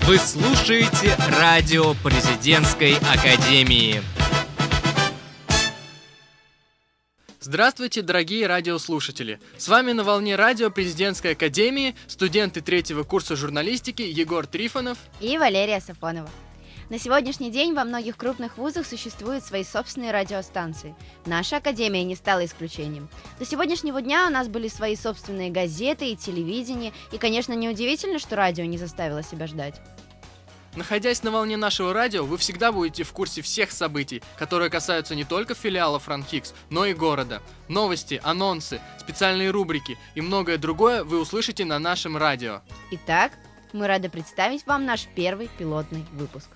Вы слушаете радио Президентской академии. Здравствуйте, дорогие радиослушатели! С вами на волне радио Президентской академии студенты третьего курса журналистики Егор Трифонов и Валерия Сафонова. На сегодняшний день во многих крупных вузах существуют свои собственные радиостанции. Наша академия не стала исключением. До сегодняшнего дня у нас были свои собственные газеты и телевидение, и, конечно, неудивительно, что радио не заставило себя ждать. Находясь на волне нашего радио, вы всегда будете в курсе всех событий, которые касаются не только филиалов РАНХИКС, но и города. Новости, анонсы, специальные рубрики и многое другое вы услышите на нашем радио. Итак, мы рады представить вам наш первый пилотный выпуск.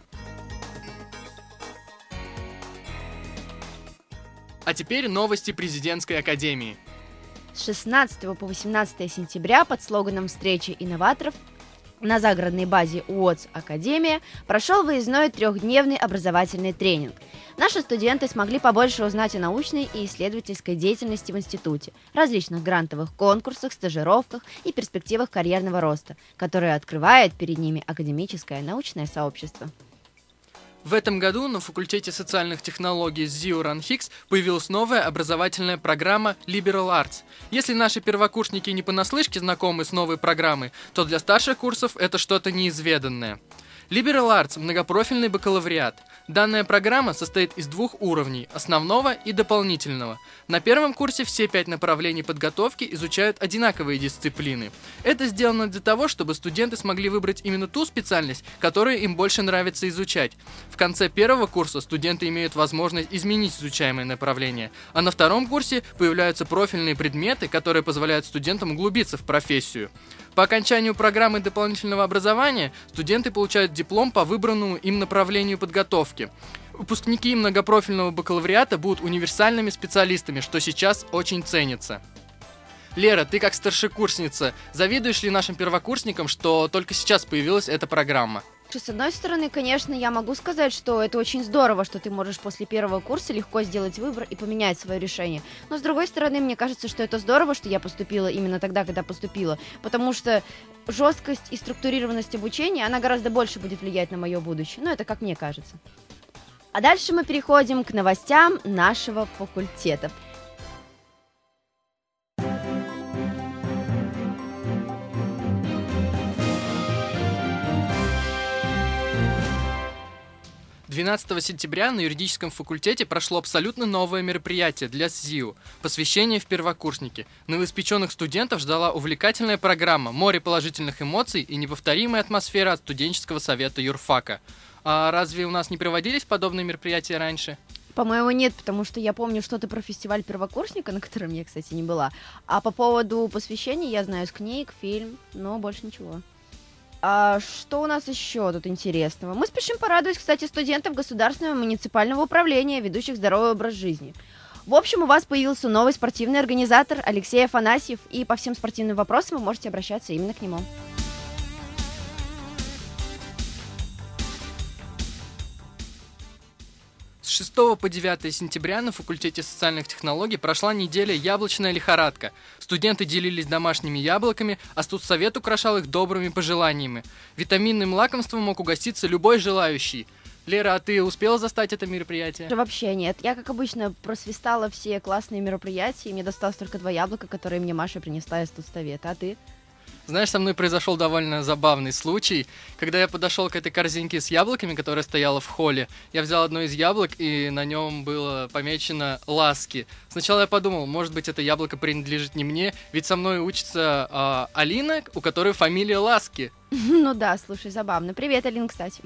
А теперь новости Президентской академии. С 16 по 18 сентября под слоганом «Встреча инноваторов» на загородной базе УОЦ «Академия» прошел выездной трехдневный образовательный тренинг. Наши студенты смогли побольше узнать о научной и исследовательской деятельности в институте, различных грантовых конкурсах, стажировках и перспективах карьерного роста, которые открывает перед ними академическое научное сообщество. В этом году на факультете социальных технологий ЗИУ РАНХИКС появилась новая образовательная программа Liberal Arts. Если наши первокурсники не понаслышке знакомы с новой программой, то для старших курсов это что-то неизведанное. Liberal Arts – многопрофильный бакалавриат. Данная программа состоит из двух уровней – основного и дополнительного. На первом курсе все 5 направлений подготовки изучают одинаковые дисциплины. Это сделано для того, чтобы студенты смогли выбрать именно ту специальность, которую им больше нравится изучать. В конце первого курса студенты имеют возможность изменить изучаемое направление, а на втором курсе появляются профильные предметы, которые позволяют студентам углубиться в профессию. По окончанию программы дополнительного образования студенты получают диплом по выбранному им направлению подготовки. Выпускники многопрофильного бакалавриата будут универсальными специалистами, что сейчас очень ценится. Лера, ты как старшекурсница, завидуешь ли нашим первокурсникам, что только сейчас появилась эта программа? С одной стороны, конечно, я могу сказать, что это очень здорово, что ты можешь после первого курса легко сделать выбор и поменять свое решение. Но с другой стороны, мне кажется, что это здорово, что я поступила именно тогда, когда поступила, потому что жесткость и структурированность обучения, она гораздо больше будет влиять на мое будущее. Ну, это как мне кажется. А дальше мы переходим к новостям нашего факультета. – 12 сентября на юридическом факультете прошло абсолютно новое мероприятие для СЗИУ – посвящение в первокурсники. Новоиспеченных студентов ждала увлекательная программа, море положительных эмоций и неповторимая атмосфера от студенческого совета юрфака. А разве у нас не проводились подобные мероприятия раньше? По-моему, нет, потому что я помню что-то про фестиваль первокурсника, на котором я, кстати, не была. А по поводу посвящения я знаю с книг, фильм, но больше ничего. А что у нас еще тут интересного? Мы спешим порадовать, кстати, студентов государственного муниципального управления, ведущих здоровый образ жизни. В общем, у вас появился новый спортивный организатор Алексей Афанасьев, и по всем спортивным вопросам вы можете обращаться именно к нему. С 6 по 9 сентября на факультете социальных технологий прошла неделя «Яблочная лихорадка». Студенты делились домашними яблоками, а студсовет украшал их добрыми пожеланиями. Витаминным лакомством мог угоститься любой желающий. Лера, а ты успела застать это мероприятие? Вообще нет. Я, как обычно, просвистала все классные мероприятия, и мне досталось только 2 яблока, которые мне Маша принесла из студсовета. А ты? Знаешь, со мной произошел довольно забавный случай. Когда я подошел к этой корзинке с яблоками, которая стояла в холле, я взял одно из яблок, и на нем было помечено «Ласки». Сначала я подумал, может быть, это яблоко принадлежит не мне, ведь со мной учится Алина, у которой фамилия Ласки. Ну да, слушай, забавно. Привет, Алина, кстати.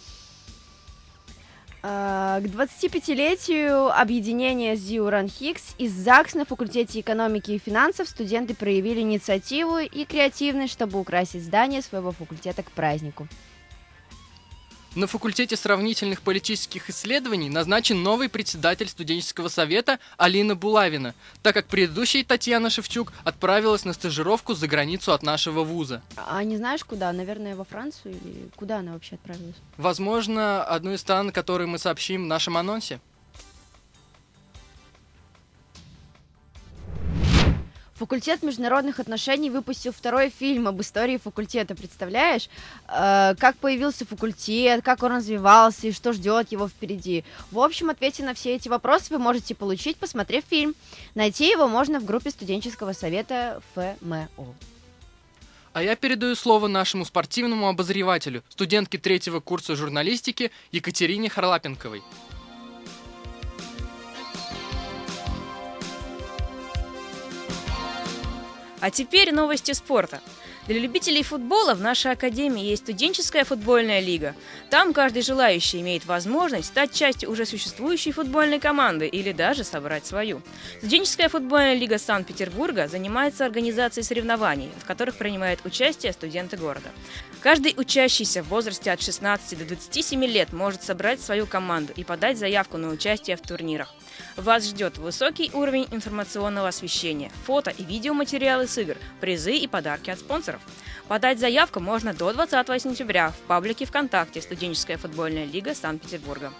К 25-летию объединения ЗИУ РАНХИКС из ЗАГС на факультете экономики и финансов студенты проявили инициативу и креативность, чтобы украсить здание своего факультета к празднику. На факультете сравнительных политических исследований назначен новый председатель студенческого совета Алина Булавина, так как предыдущая Татьяна Шевчук отправилась на стажировку за границу от нашего вуза. А не знаешь куда? Наверное, во Францию или куда она вообще отправилась? Возможно, одну из стран, которые мы сообщим в нашем анонсе. Факультет международных отношений выпустил второй фильм об истории факультета, представляешь? Как появился факультет, как он развивался и что ждет его впереди. В общем, ответы на все эти вопросы вы можете получить, посмотрев фильм. Найти его можно в группе студенческого совета ФМО. А я передаю слово нашему спортивному обозревателю, студентке 3-го курса журналистики Екатерине Харлапенковой. А теперь новости спорта. Для любителей футбола в нашей академии есть студенческая футбольная лига. Там каждый желающий имеет возможность стать частью уже существующей футбольной команды или даже собрать свою. Студенческая футбольная лига Санкт-Петербурга занимается организацией соревнований, в которых принимают участие студенты города. Каждый учащийся в возрасте от 16 до 27 лет может собрать свою команду и подать заявку на участие в турнирах. Вас ждет высокий уровень информационного освещения, фото и видеоматериалы с игр, призы и подарки от спонсоров. Подать заявку можно до 20 сентября в паблике ВКонтакте «Студенческая футбольная лига Санкт-Петербурга».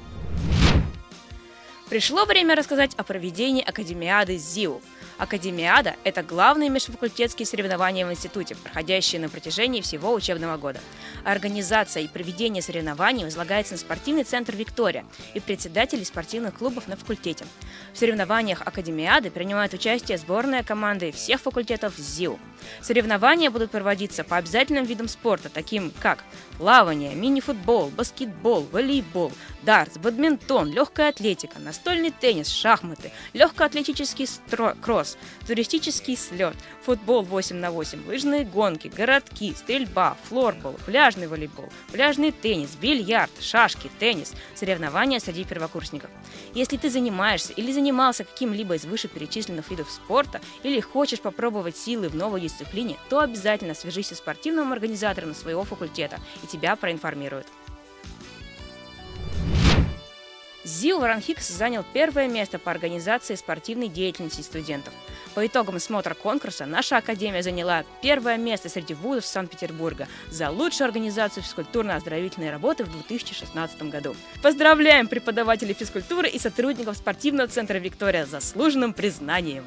Пришло время рассказать о проведении Академиады ЗИУ. Академиада – это главные межфакультетские соревнования в институте, проходящие на протяжении всего учебного года. Организация и проведение соревнований возлагается на спортивный центр «Виктория» и председателей спортивных клубов на факультете. В соревнованиях Академиады принимают участие сборная команды всех факультетов ЗИУ. Соревнования будут проводиться по обязательным видам спорта, таким как плавание, мини-футбол, баскетбол, волейбол, дартс, бадминтон, легкая атлетика, настольный теннис, шахматы, легкоатлетический кросс, туристический слет, футбол 8х8, лыжные гонки, городки, стрельба, флорбол, пляжный волейбол, пляжный теннис, бильярд, шашки, теннис, соревнования среди первокурсников. Если ты занимаешься или занимался каким-либо из вышеперечисленных видов спорта или хочешь попробовать силы в новой дисциплине, то обязательно свяжись со спортивным организатором своего факультета, и тебя проинформируют. ЗИУ РАНХИКС занял первое место по организации спортивной деятельности студентов. По итогам смотра конкурса наша академия заняла первое место среди вузов Санкт-Петербурга за лучшую организацию физкультурно-оздоровительной работы в 2016 году. Поздравляем преподавателей физкультуры и сотрудников спортивного центра «Виктория» с заслуженным признанием!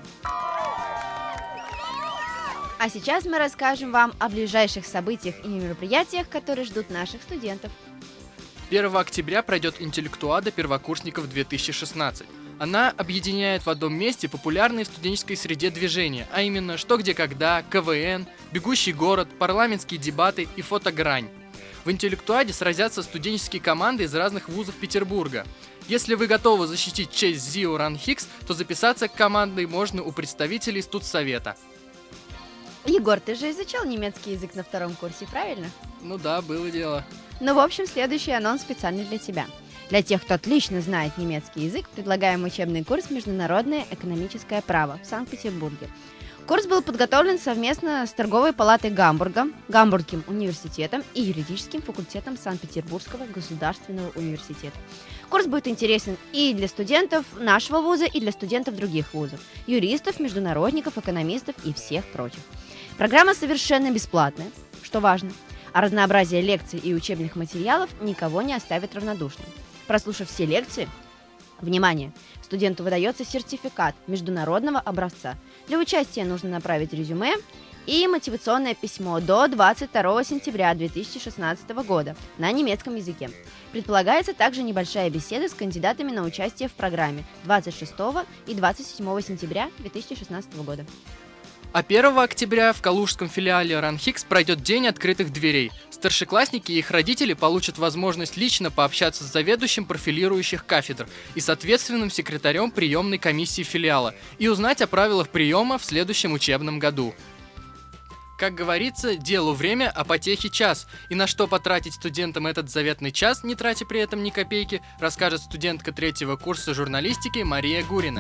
А сейчас мы расскажем вам о ближайших событиях и мероприятиях, которые ждут наших студентов. 1 октября пройдет интеллектуада первокурсников 2016. Она объединяет в одном месте популярные в студенческой среде движения, а именно «Что, где, когда», КВН, «Бегущий город», парламентские дебаты и фотогрань. В интеллектуаде сразятся студенческие команды из разных вузов Петербурга. Если вы готовы защитить честь ЗИУ РАНХИКС, то записаться к команде можно у представителей студсовета. Егор, ты же изучал немецкий язык на 2 курсе, правильно? Ну да, было дело. Ну, в общем, следующий анонс специально для тебя. Для тех, кто отлично знает немецкий язык, предлагаем учебный курс «Международное экономическое право» в Санкт-Петербурге. Курс был подготовлен совместно с Торговой палатой Гамбурга, Гамбургским университетом и юридическим факультетом Санкт-Петербургского государственного университета. Курс будет интересен и для студентов нашего вуза, и для студентов других вузов, юристов, международников, экономистов и всех прочих. Программа совершенно бесплатная, что важно, а разнообразие лекций и учебных материалов никого не оставит равнодушным. Прослушав все лекции, внимание, студенту выдается сертификат международного образца. Для участия нужно направить резюме и мотивационное письмо до 22 сентября 2016 года на немецком языке. Предполагается также небольшая беседа с кандидатами на участие в программе 26 и 27 сентября 2016 года. А 1 октября в калужском филиале РАНХИКС пройдет День открытых дверей. Старшеклассники и их родители получат возможность лично пообщаться с заведующим профилирующих кафедр и с ответственным секретарем приемной комиссии филиала и узнать о правилах приема в следующем учебном году. Как говорится, делу время, а потехе час. И на что потратить студентам этот заветный час, не тратя при этом ни копейки, расскажет студентка 3-го курса журналистики Мария Гурина.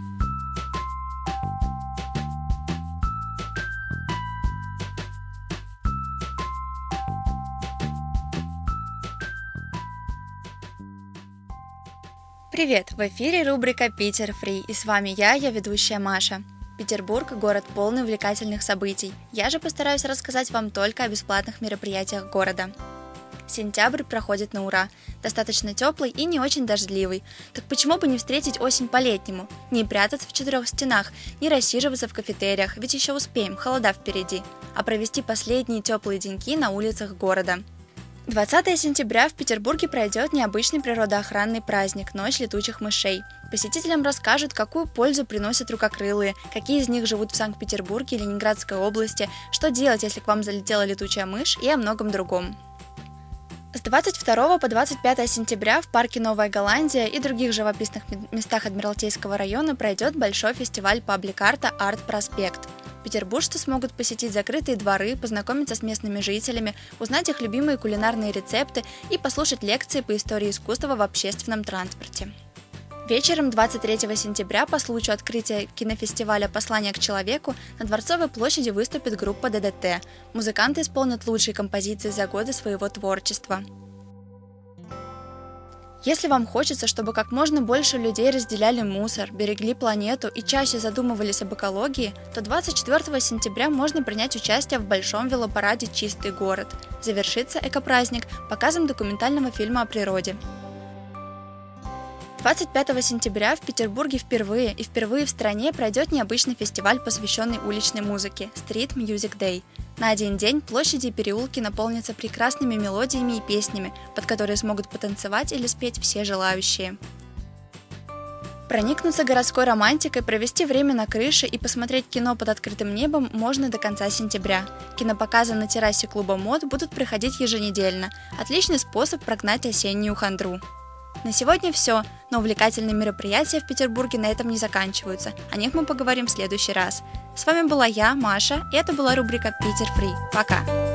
Привет! В эфире рубрика «Питер Фри», и с вами я ведущая Маша. Петербург – город полный увлекательных событий. Я же постараюсь рассказать вам только о бесплатных мероприятиях города. Сентябрь проходит на ура. Достаточно теплый и не очень дождливый. Так почему бы не встретить осень по-летнему? Не прятаться в четырех стенах, не рассиживаться в кафетериях, ведь еще успеем, холода впереди. А провести последние теплые деньки на улицах города. 20 сентября в Петербурге пройдет необычный природоохранный праздник «Ночь летучих мышей». Посетителям расскажут, какую пользу приносят рукокрылые, какие из них живут в Санкт-Петербурге и Ленинградской области, что делать, если к вам залетела летучая мышь, и о многом другом. С 22 по 25 сентября в парке Новая Голландия и других живописных местах Адмиралтейского района пройдет большой фестиваль паблик-арта «Арт-Проспект». Петербуржцы смогут посетить закрытые дворы, познакомиться с местными жителями, узнать их любимые кулинарные рецепты и послушать лекции по истории искусства в общественном транспорте. Вечером 23 сентября по случаю открытия кинофестиваля «Послание к человеку» на Дворцовой площади выступит группа ДДТ. Музыканты исполнят лучшие композиции за годы своего творчества. Если вам хочется, чтобы как можно больше людей разделяли мусор, берегли планету и чаще задумывались об экологии, то 24 сентября можно принять участие в большом велопараде «Чистый город». Завершится экопраздник показом документального фильма о природе. 25 сентября в Петербурге впервые в стране пройдет необычный фестиваль, посвященный уличной музыке – Street Music Day. На один день площади и переулки наполнятся прекрасными мелодиями и песнями, под которые смогут потанцевать или спеть все желающие. Проникнуться городской романтикой, провести время на крыше и посмотреть кино под открытым небом можно до конца сентября. Кинопоказы на террасе клуба МОД будут проходить еженедельно. Отличный способ прогнать осеннюю хандру. На сегодня все, но увлекательные мероприятия в Петербурге на этом не заканчиваются. О них мы поговорим в следующий раз. С вами была я, Маша, и это была рубрика «Питер Фри». Пока!